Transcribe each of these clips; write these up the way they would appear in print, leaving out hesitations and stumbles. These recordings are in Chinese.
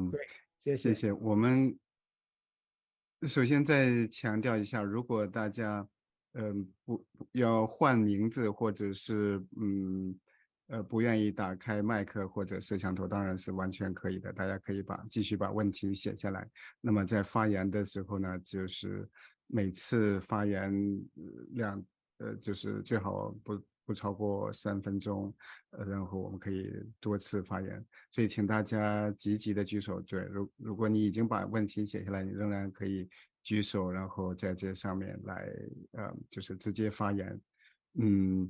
对，谢谢。 谢谢。我们首先再强调一下，如果大家不要换名字，或者是不愿意打开麦克或者摄像头，当然是完全可以的。大家可以继续把问题写下来。那么在发言的时候呢，就是每次发言就是最好不超过3分钟，然后我们可以多次发言。所以请大家积极的举手。对，如果你已经把问题写下来，你仍然可以举手，然后在这上面来就是直接发言。嗯，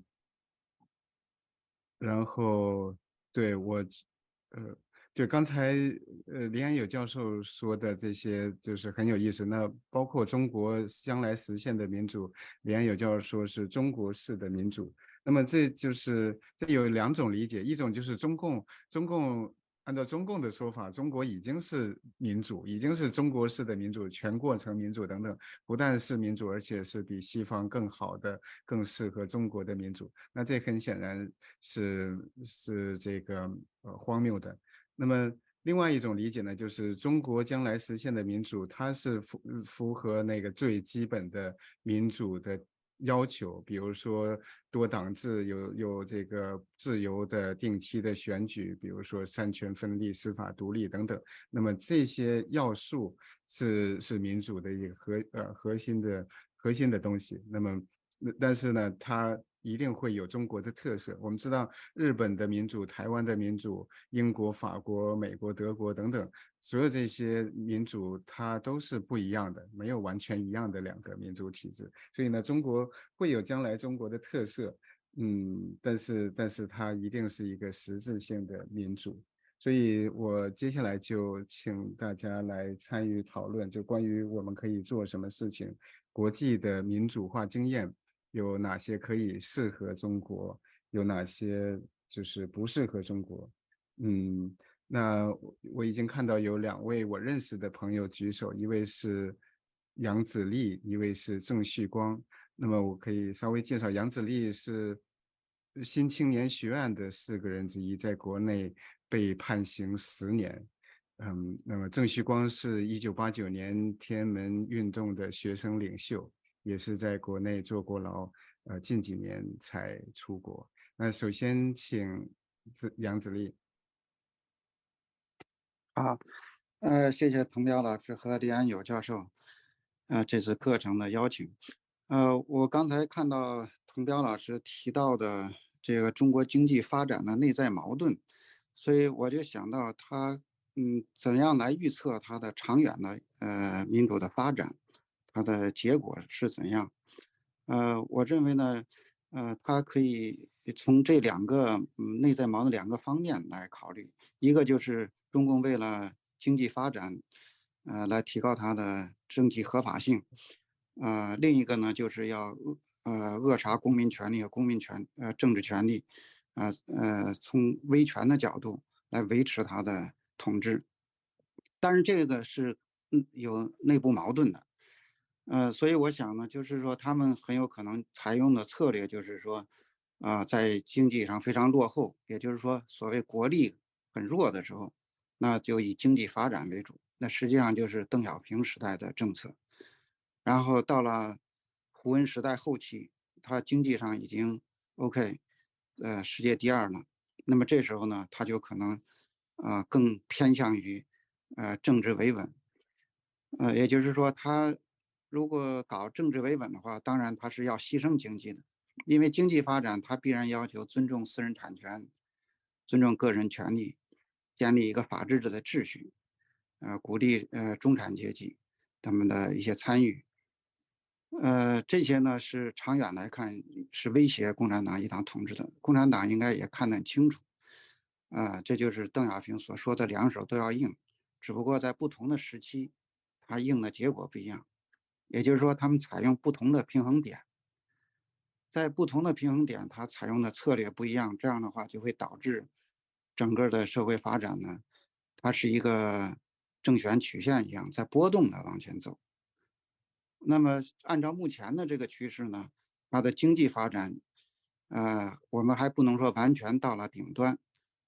然后对我，呃，对刚才林安友教授说的这些就是很有意思。那包括中国将来实现的民主，林安友教授说是中国式的民主。那么这有2种理解，一种就是中共按照中共的说法，中国已经是民主，已经是中国式的民主，全过程民主等等，不但是民主，而且是比西方更好的、更适合中国的民主。那这很显然是这个荒谬的。那么另外一种理解呢，就是中国将来实现的民主，它是符合那个最基本的民主的要求，比如说多党制，有这个自由的定期的选举，比如说三权分立、司法独立等等。那么这些要素是民主的一个核心的东西。那么但是呢，它一定会有中国的特色。我们知道日本的民主、台湾的民主、英国、法国、美国、德国等等，所有这些民主它都是不一样的，没有完全一样的2个民主体制。所以呢，中国会有将来中国的特色。但是它一定是一个实质性的民主。所以我接下来就请大家来参与讨论，就关于我们可以做什么事情，国际的民主化经验有哪些可以适合中国，有哪些就是不适合中国。嗯，那我已经看到有2位我认识的朋友举手，一位是杨子丽，一位是郑旭光。那么我可以稍微介绍，杨子丽是新青年学院的4个人之一，在国内被判刑10年。那么郑旭光是1989年天安门运动的学生领袖，也是在国内坐过牢，近几年才出国。那首先请杨子丽。 好，谢谢彭彪老师和李安友教授，这次课程的邀请。我刚才看到彭彪老师提到的这个中国经济发展的内在矛盾，所以我就想到他，怎样来预测它的长远的民主的发展，它的结果是怎样？我认为呢，它可以从这两个内在矛盾2个方面来考虑。一个就是中共为了经济发展，来提高它的政体合法性，另一个呢就是要扼杀公民权利和政治权利，从维权的角度来维持它的统治。但是这个是有内部矛盾的。所以我想呢，就是说他们很有可能采用的策略就是说，在经济上非常落后，也就是说所谓国力很弱的时候，那就以经济发展为主。那实际上就是邓小平时代的政策。然后到了胡温时代后期，他经济上已经 OK，世界第2了。那么这时候呢，他就可能更偏向于政治维稳。也就是说，他如果搞政治维稳的话，当然他是要牺牲经济的，因为经济发展它必然要求尊重私人产权，尊重个人权利，建立一个法治的秩序，鼓励中产阶级他们的一些参与。这些呢是长远来看是威胁共产党一党统治的，共产党应该也看得很清楚。这就是邓小平所说的两手都要硬，只不过在不同的时期，它硬的结果不一样。也就是说，他们采用不同的平衡点，在不同的平衡点，它采用的策略不一样，这样的话就会导致整个的社会发展呢，它是一个正弦曲线一样在波动的往前走。那么按照目前的这个趋势呢，它的经济发展，我们还不能说完全到了顶端，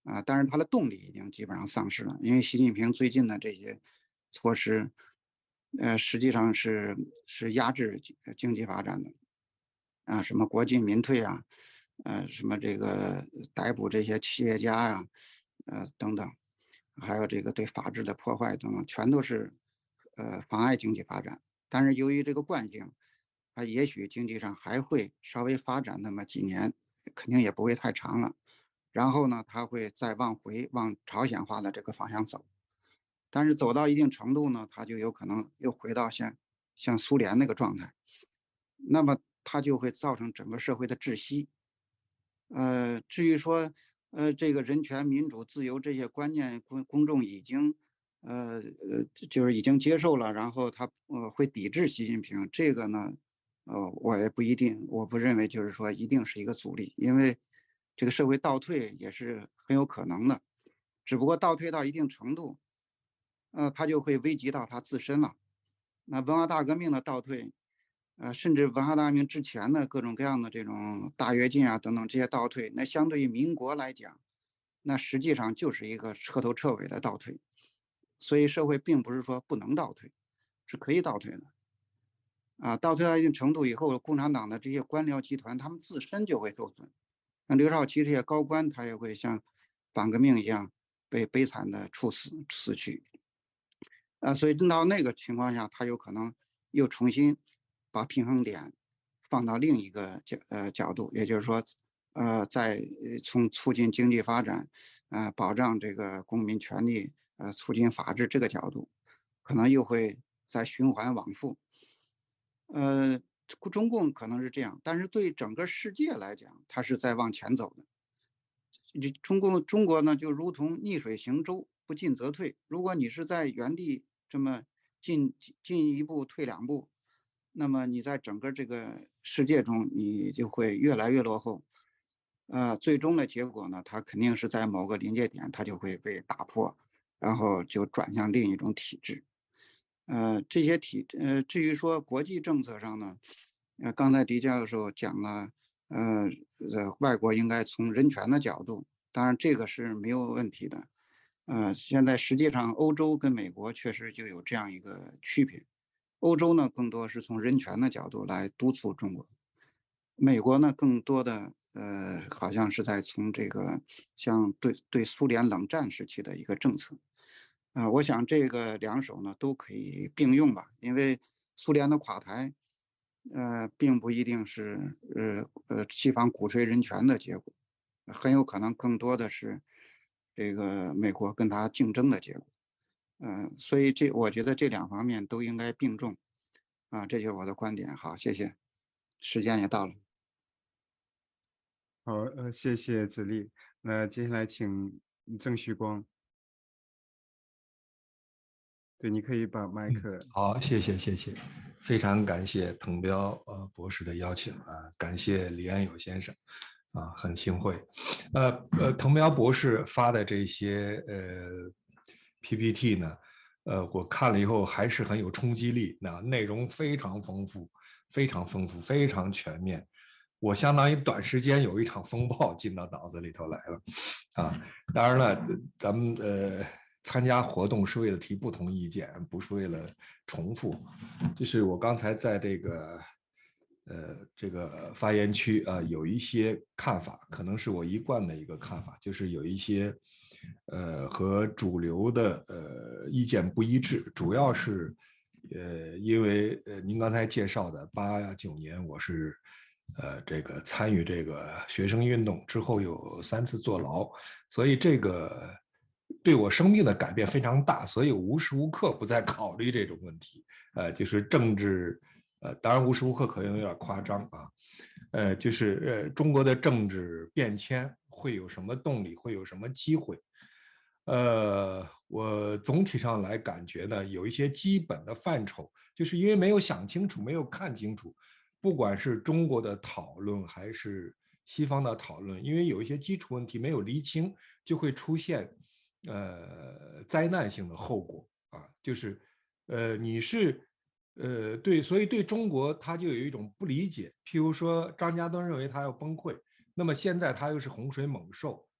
但是它的动力已经基本上丧失了，因为习近平最近的这些措施，实际上是压制经济发展的什么国进民退啊，什么这个逮捕这些企业家呀、等等，还有这个对法治的破坏等等，全都是妨碍经济发展。但是由于这个惯性，它也许经济上还会稍微发展那么几年，肯定也不会太长了。然后呢，它会再往朝鲜化的这个方向走。但是走到一定程度呢，它就有可能又回到像苏联那个状态，那么它就会造成整个社会的窒息。至于说，这个人权、民主、自由这些观念，公众已经，就是已经接受了，然后他会抵制习近平，这个呢，我也不一定，我不认为就是说一定是一个阻力，因为这个社会倒退也是很有可能的，只不过倒退到一定程度，它就会危及到它自身了。那文化大革命的倒退，甚至文化大革命之前的各种各样的这种大跃进啊等等这些倒退，那相对于民国来讲，那实际上就是一个彻头彻尾的倒退。所以社会并不是说不能倒退，是可以倒退的。倒退到一定程度以后，共产党的这些官僚集团，他们自身就会受损。像刘少奇这些高官，他也会像反革命一样被悲惨的死去。所以到那个情况下，他有可能又重新把平衡点放到另一个角度，也就是说，在从促进经济发展，保障这个公民权利，促进法治这个角度，可能又会再循环往复。呃，中共可能是这样，但是对整个世界来讲，它是在往前走的。这中国呢，就如同逆水行舟，不进则退。如果你是在原地这么进一步退两步，那么你在整个这个世界中，你就会越来越落后。最终的结果呢，它肯定是在某个临界点，它就会被打破，然后就转向另一种体制。至于说国际政策上呢，刚才狄教授讲了，外国应该从人权的角度，当然这个是没有问题的。现在实际上欧洲跟美国确实就有这样一个区别，欧洲呢更多是从人权的角度来督促中国，美国呢更多的好像是在从这个像对苏联冷战时期的一个政策。我想这个两手呢都可以并用吧，因为苏联的垮台，并不一定是西方鼓吹人权的结果，很有可能更多的是这个美国跟他竞争的结果。所以我觉得这两方面都应该并重这就是我的观点。好，谢谢，时间也到了。 好，谢谢子立。那接下来请郑旭光，对，你可以把麦克。 好，谢谢谢谢，非常感谢滕彪博士的邀请感谢李安友先生很幸会。滕彪博士发的这些PPT 呢，我看了以后还是很有冲击力，内容非常丰富，非常丰富，非常全面。我相当于短时间有一场风暴进到脑子里头来了当然了，咱们参加活动是为了提不同意见，不是为了重复。就是我刚才在这个发言区有一些看法，可能是我一贯的一个看法，就是有一些和主流的意见不一致，主要是因为您刚才介绍的89年我是这个参与这个学生运动之后有3次坐牢，所以这个对我生命的改变非常大，所以无时无刻不在考虑这种问题。就是政治，当然无时无刻可能有点夸张就是中国的政治变迁会有什么动力，会有什么机会？我总体上来感觉呢，有一些基本的范畴，就是因为没有想清楚，没有看清楚，不管是中国的讨论还是西方的讨论，因为有一些基础问题没有厘清，就会出现灾难性的后果就是你是对，所以对中国他就有一种不理解，譬如说张家墩认为他要崩溃，那么现在他又是洪水猛兽，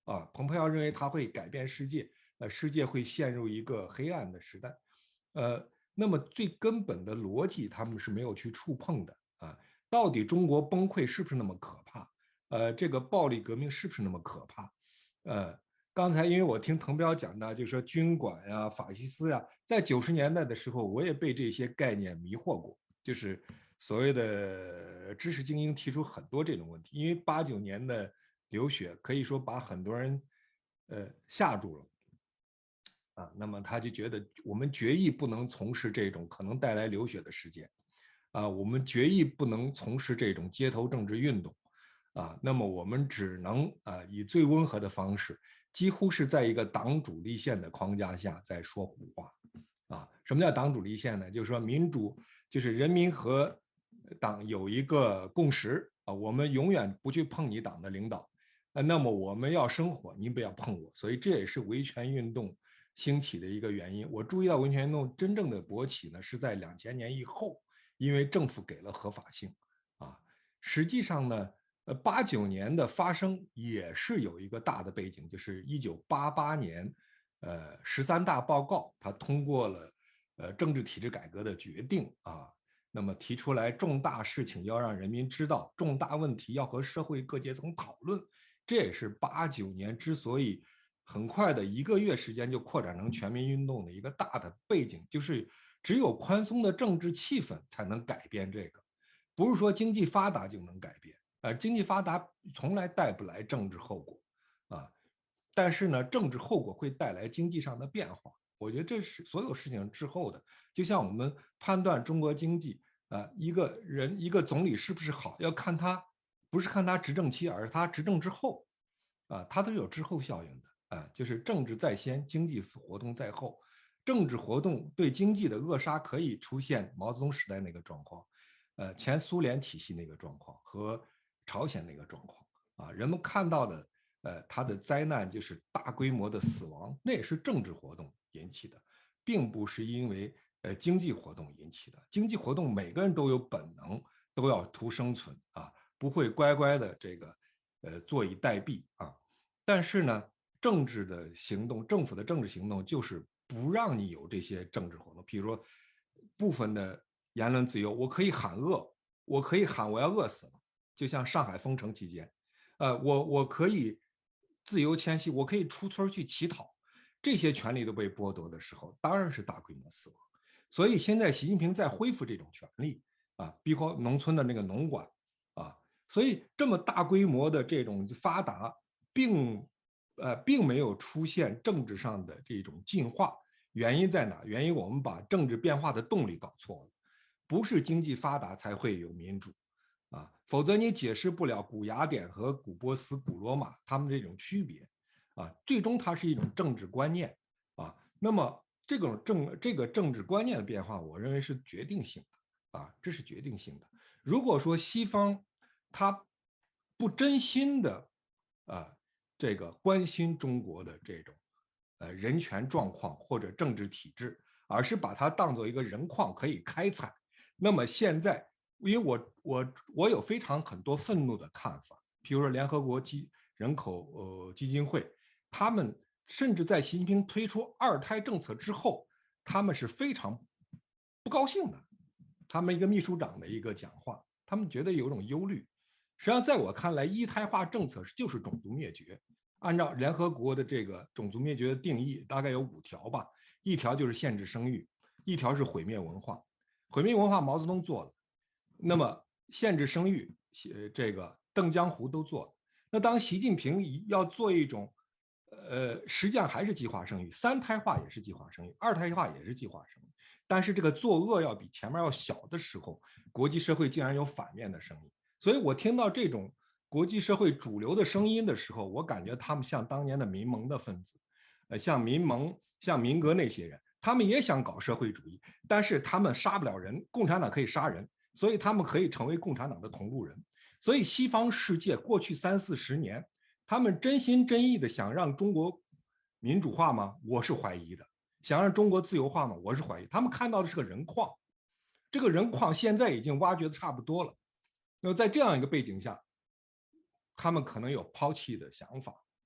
啊，蓬佩奥认为它会改变世界，世界会陷入一个黑暗的时代，那么最根本的逻辑他们是没有去触碰的啊。到底中国崩溃是不是那么可怕？这个暴力革命是不是那么可怕？刚才因为我听滕彪讲的，就是说军管呀、法西斯呀，在90年代的时候，我也被这些概念迷惑过，就是所谓的知识精英提出很多这种问题。因为89年的流血，可以说把很多人吓住了。啊，那么他就觉得我们决议不能从事这种可能带来流血的事件，啊，我们决议不能从事这种街头政治运动，啊，那么我们只能以最温和的方式，几乎是在一个党主立宪的框架下在说胡话，啊，什么叫党主立宪呢？就是说民主就是人民和党有一个共识啊，我们永远不去碰你党的领导，那么我们要生活，您不要碰我，所以这也是维权运动兴起的一个原因。我注意到维权运动真正的勃起呢，是在2000年以后，因为政府给了合法性啊。实际上呢，89年的发生也是有一个大的背景，就是1988年，13大报告，它通过了政治体制改革的决定啊。那么提出来重大事情要让人民知道，重大问题要和社会各阶层讨论，这也是89年之所以很快的1个月时间就扩展成全民运动的一个大的背景，就是只有宽松的政治气氛才能改变这个，不是说经济发达就能改变，经济发达从来带不来政治后果啊，但是呢，政治后果会带来经济上的变化。我觉得这是所有事情滞后的，就像我们判断中国经济一个人一个总理是不是好，要看他不是看他执政期，而是他执政之后它都有滞后效应的就是政治在先，经济活动在后。政治活动对经济的扼杀可以出现毛泽东时代那个状况，前苏联体系那个状况和朝鲜那个状况人们看到的它的灾难就是大规模的死亡，那也是政治活动引起的，并不是因为经济活动引起的。经济活动每个人都有本能，都要图生存不会乖乖的这个坐以待毙但是呢，政治的行动，政府的政治行动就是不让你有这些政治活动，比如说部分的言论自由，我可以喊饿，我可以喊我要饿死了，就像上海封城期间，我可以自由迁徙，我可以出村去乞讨，这些权利都被剥夺的时候，当然是大规模死亡。所以现在习近平在恢复这种权利包括农村的那个农管所以这么大规模的这种发达，并没有出现政治上的这种进化。原因在哪？原因我们把政治变化的动力搞错了，不是经济发达才会有民主否则你解释不了古雅典和古波斯、古罗马他们这种区别最终它是一种政治观念那么这个政治观念的变化，我认为是决定性的这是决定性的。如果说西方他不真心的这个关心中国的这种人权状况或者政治体制，而是把它当做一个人矿可以开采，那么现在因为我有很多愤怒的看法，比如说联合国人口基金会，他们甚至在习近平推出2胎政策之后，他们是非常不高兴的。他们一个秘书长的一个讲话，他们觉得有一种忧虑。实际上，在我看来，1胎化政策就是种族灭绝。按照联合国的这个种族灭绝的定义，大概有5条吧。1条就是限制生育，1条是毁灭文化。毁灭文化毛泽东做了，那么限制生育，这个邓江湖都做了。那当习近平要做一种，实际上还是计划生育，3胎化也是计划生育，2胎化也是计划生育，但是这个作恶要比前面要小的时候，国际社会竟然有反面的声音。所以我听到这种国际社会主流的声音的时候，我感觉他们像当年的民盟的分子，像民盟、像民革那些人，他们也想搞社会主义，但是他们杀不了人，共产党可以杀人，所以他们可以成为共产党的同路人。所以西方世界过去30-40年，他们真心真意的想让中国民主化吗？我是怀疑的。想让中国自由化吗？我是怀疑。他们看到的是个人矿，这个人矿现在已经挖掘的差不多了。那么在这样一个背景下，他们可能有抛弃的想法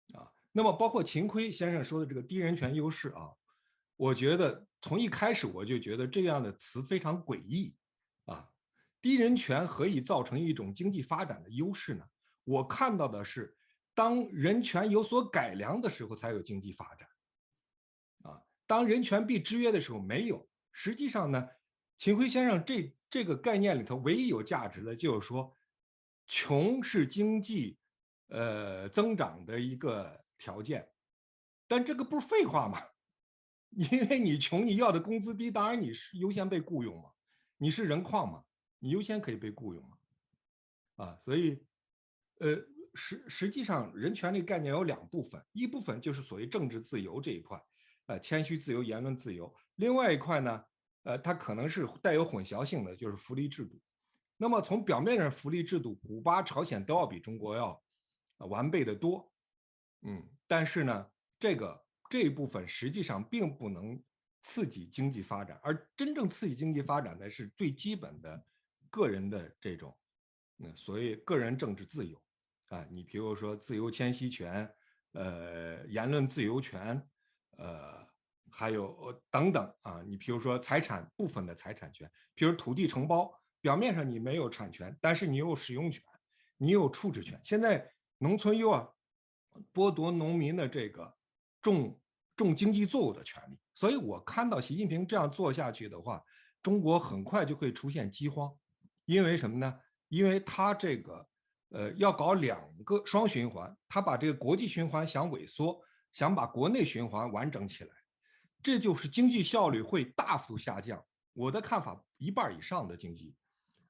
那么包括秦晖先生说的这个低人权优势啊，我觉得从一开始我就觉得这样的词非常诡异啊。低人权何以造成一种经济发展的优势呢？我看到的是，当人权有所改良的时候，才有经济发展。当人权被制约的时候没有。实际上呢，秦晖先生这个概念里头唯一有价值的就是说，穷是经济增长的一个条件，但这个不是废话吗？因为你穷，你要的工资低，当然你是优先被雇佣嘛，你是人矿嘛，你优先可以被雇佣嘛，所以实际上人权这个概念有两部分，一部分就是所谓政治自由这一块，谦虚自由、言论自由，另外一块呢，它可能是带有混淆性的，就是福利制度。那么从表面上福利制度，古巴、朝鲜都要比中国要完备的多，但是呢，这一部分实际上并不能刺激经济发展，而真正刺激经济发展的是最基本的个人的这种，所谓个人政治自由你比如说自由迁徙权，言论自由权，还有等等你比如说部分的财产权，比如土地承包，表面上你没有产权，但是你有使用权，你有处置权。现在农村又要剥夺农民的这个种经济作物的权利，所以我看到习近平这样做下去的话，中国很快就会出现饥荒。因为什么呢？因为他这个要搞2个双循环，他把这个国际循环想萎缩，想把国内循环完整起来，这就是经济效率会大幅度下降。我的看法，1半以上的经济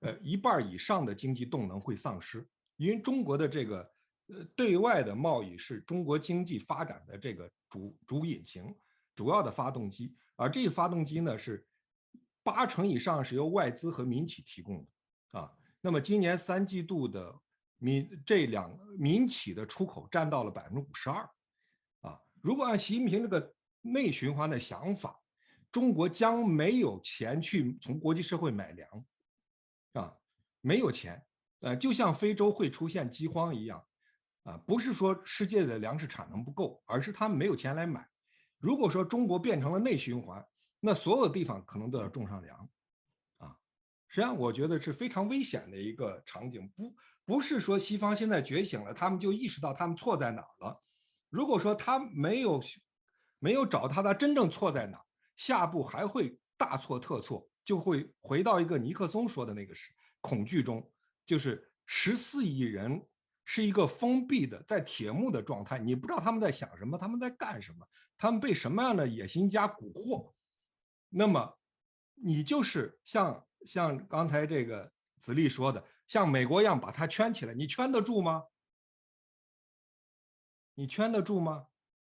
动能会丧失，因为中国的这个对外的贸易是中国经济发展的这个主引擎、主要的发动机，而这个发动机呢是80%以上是由外资和民企提供的那么今年3季度的民企的出口占到了52%如果按习近平这个内循环的想法，中国将没有钱去从国际社会买粮没有钱就像非洲会出现饥荒一样不是说世界的粮食产能不够，而是他们没有钱来买。如果说中国变成了内循环，那所有地方可能都要种上粮实际上我觉得是非常危险的一个场景，不是说西方现在觉醒了，他们就意识到他们错在哪儿了。如果说他没有找他的真正错在哪儿，下步还会大错特错，就会回到一个尼克松说的那个恐惧中，就是14亿人是一个封闭的在铁幕的状态，你不知道他们在想什么，他们在干什么，他们被什么样的野心家蛊惑。那么你就是像刚才这个子立说的，像美国一样把它圈起来，你圈得住吗？你圈得住吗？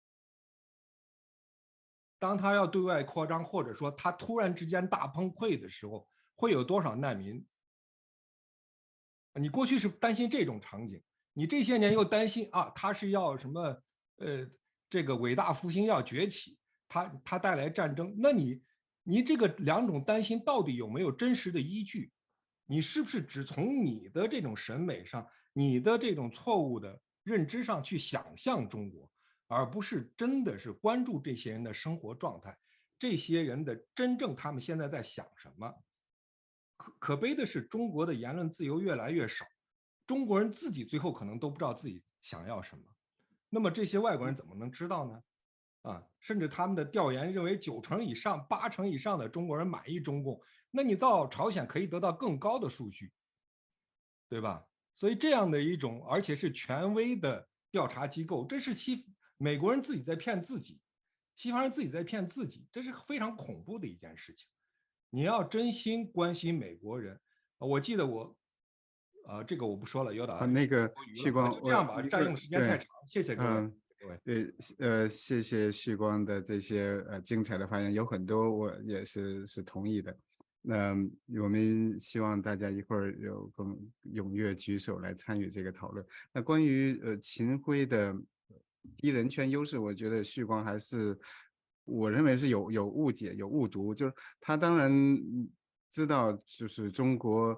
当他要对外扩张，或者说他突然之间大崩溃的时候，会有多少难民？你过去是担心这种场景，你这些年又担心他是要什么？这个伟大复兴要崛起，他带来战争，那你这个2种担心到底有没有真实的依据？你是不是只从你的这种审美上，你的这种错误的认知上去想象中国，而不是真的是关注这些人的生活状态，这些人的真正他们现在在想什么？可悲的是，中国的言论自由越来越少，中国人自己最后可能都不知道自己想要什么。那么这些外国人怎么能知道呢？甚至他们的调研认为90%以上、80%以上的中国人满意中共，那你到朝鲜可以得到更高的数据，对吧？所以这样的一种，而且是权威的调查机构，这是美国人自己在骗自己，西方人自己在骗自己，这是非常恐怖的一件事情。你要真心关心美国人，我记得这个我不说了，有点那个旭光， 就这样吧，占用时间太长，谢谢各位。 对，谢谢旭光的这些精彩的发言，有很多我也是同意的。那我们希望大家一会儿有更踊跃举手来参与这个讨论。那关于秦晖的低人权优势，我觉得旭光还是我认为是有误解、有误读，就是他当然知道就是中国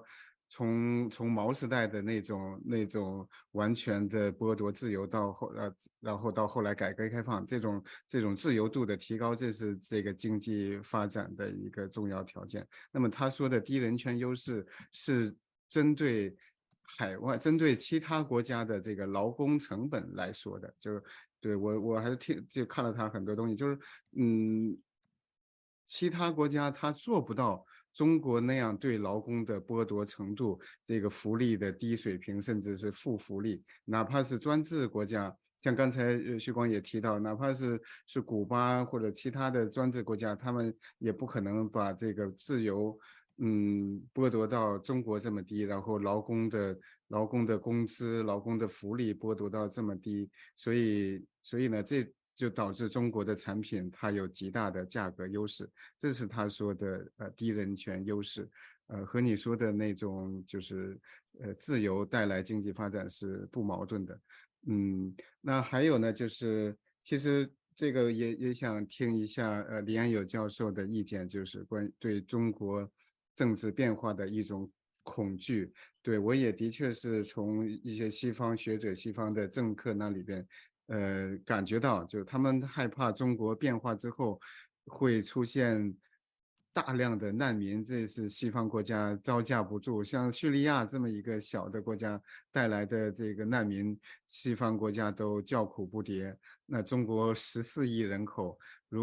从毛时代的那种完全的剥夺自由然后到后来改革开放，这种自由度的提高，这是这个经济发展的一个重要条件。那么他说的低人权优势是针对海外、针对其他国家的这个劳工成本来说的，就是对我还是就看了他很多东西，就是其他国家他做不到中国那样对劳工的剥夺程度，这个福利的低水平，甚至是负福利，哪怕是专制国家。像刚才徐光也提到，哪怕是古巴或者其他的专制国家，他们也不可能把这个自由剥夺到中国这么低，然后劳工的工资、劳工的福利剥夺到这么低，所以呢，这就导致中国的产品它有极大的价格优势，这是他说的低人权优势，和你说的那种就是自由带来经济发展是不矛盾的。那还有呢，就是其实这个也想听一下李安友教授的意见，就是关于对中国政治变化的一种恐惧。对，我也的确是从一些西方学者、西方的政客那里边，感觉到，就他们害怕中国变化之后会出现大量的难民，这是西方国家招架不住。像叙利亚这么一个小的国家带来的这个难民，西方国家都叫苦不迭。那中国14亿人口，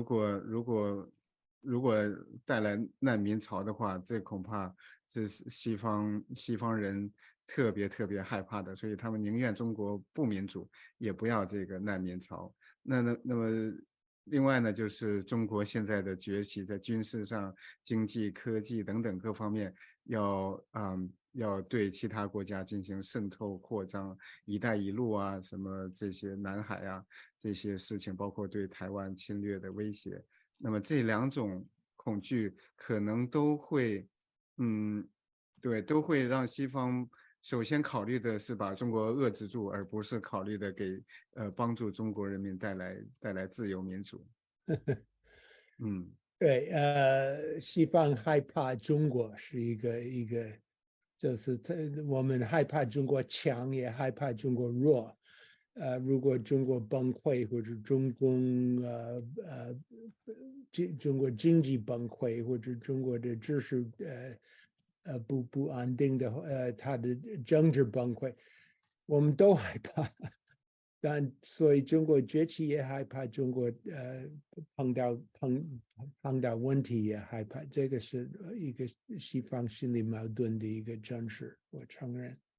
如果带来难民潮的话，这恐怕这是西方人特别害怕的，所以他们宁愿中国不民主，也不要这个难民潮。那么另外呢，就是中国现在的崛起，在军事上、经济、科技等等各方面要对其他国家进行渗透扩张，一带一路啊，什么这些南海啊这些事情，包括对台湾侵略的威胁。那么这两种恐惧可能都会，对，都会让西方首先考虑的是把中国遏制住，而不是考虑的帮助中国人民带来自由民主。嗯， 对，西方害怕中国是一个，就是我们害怕中国强，也害怕中国弱。如果中国崩溃或者中国经济崩溃或者中国的知识不安定的它的政治崩溃，我们都害怕。但所以中国崛起也害怕，中国碰到问题也害怕，这个是一个西方心理矛盾的一个真实，我承认。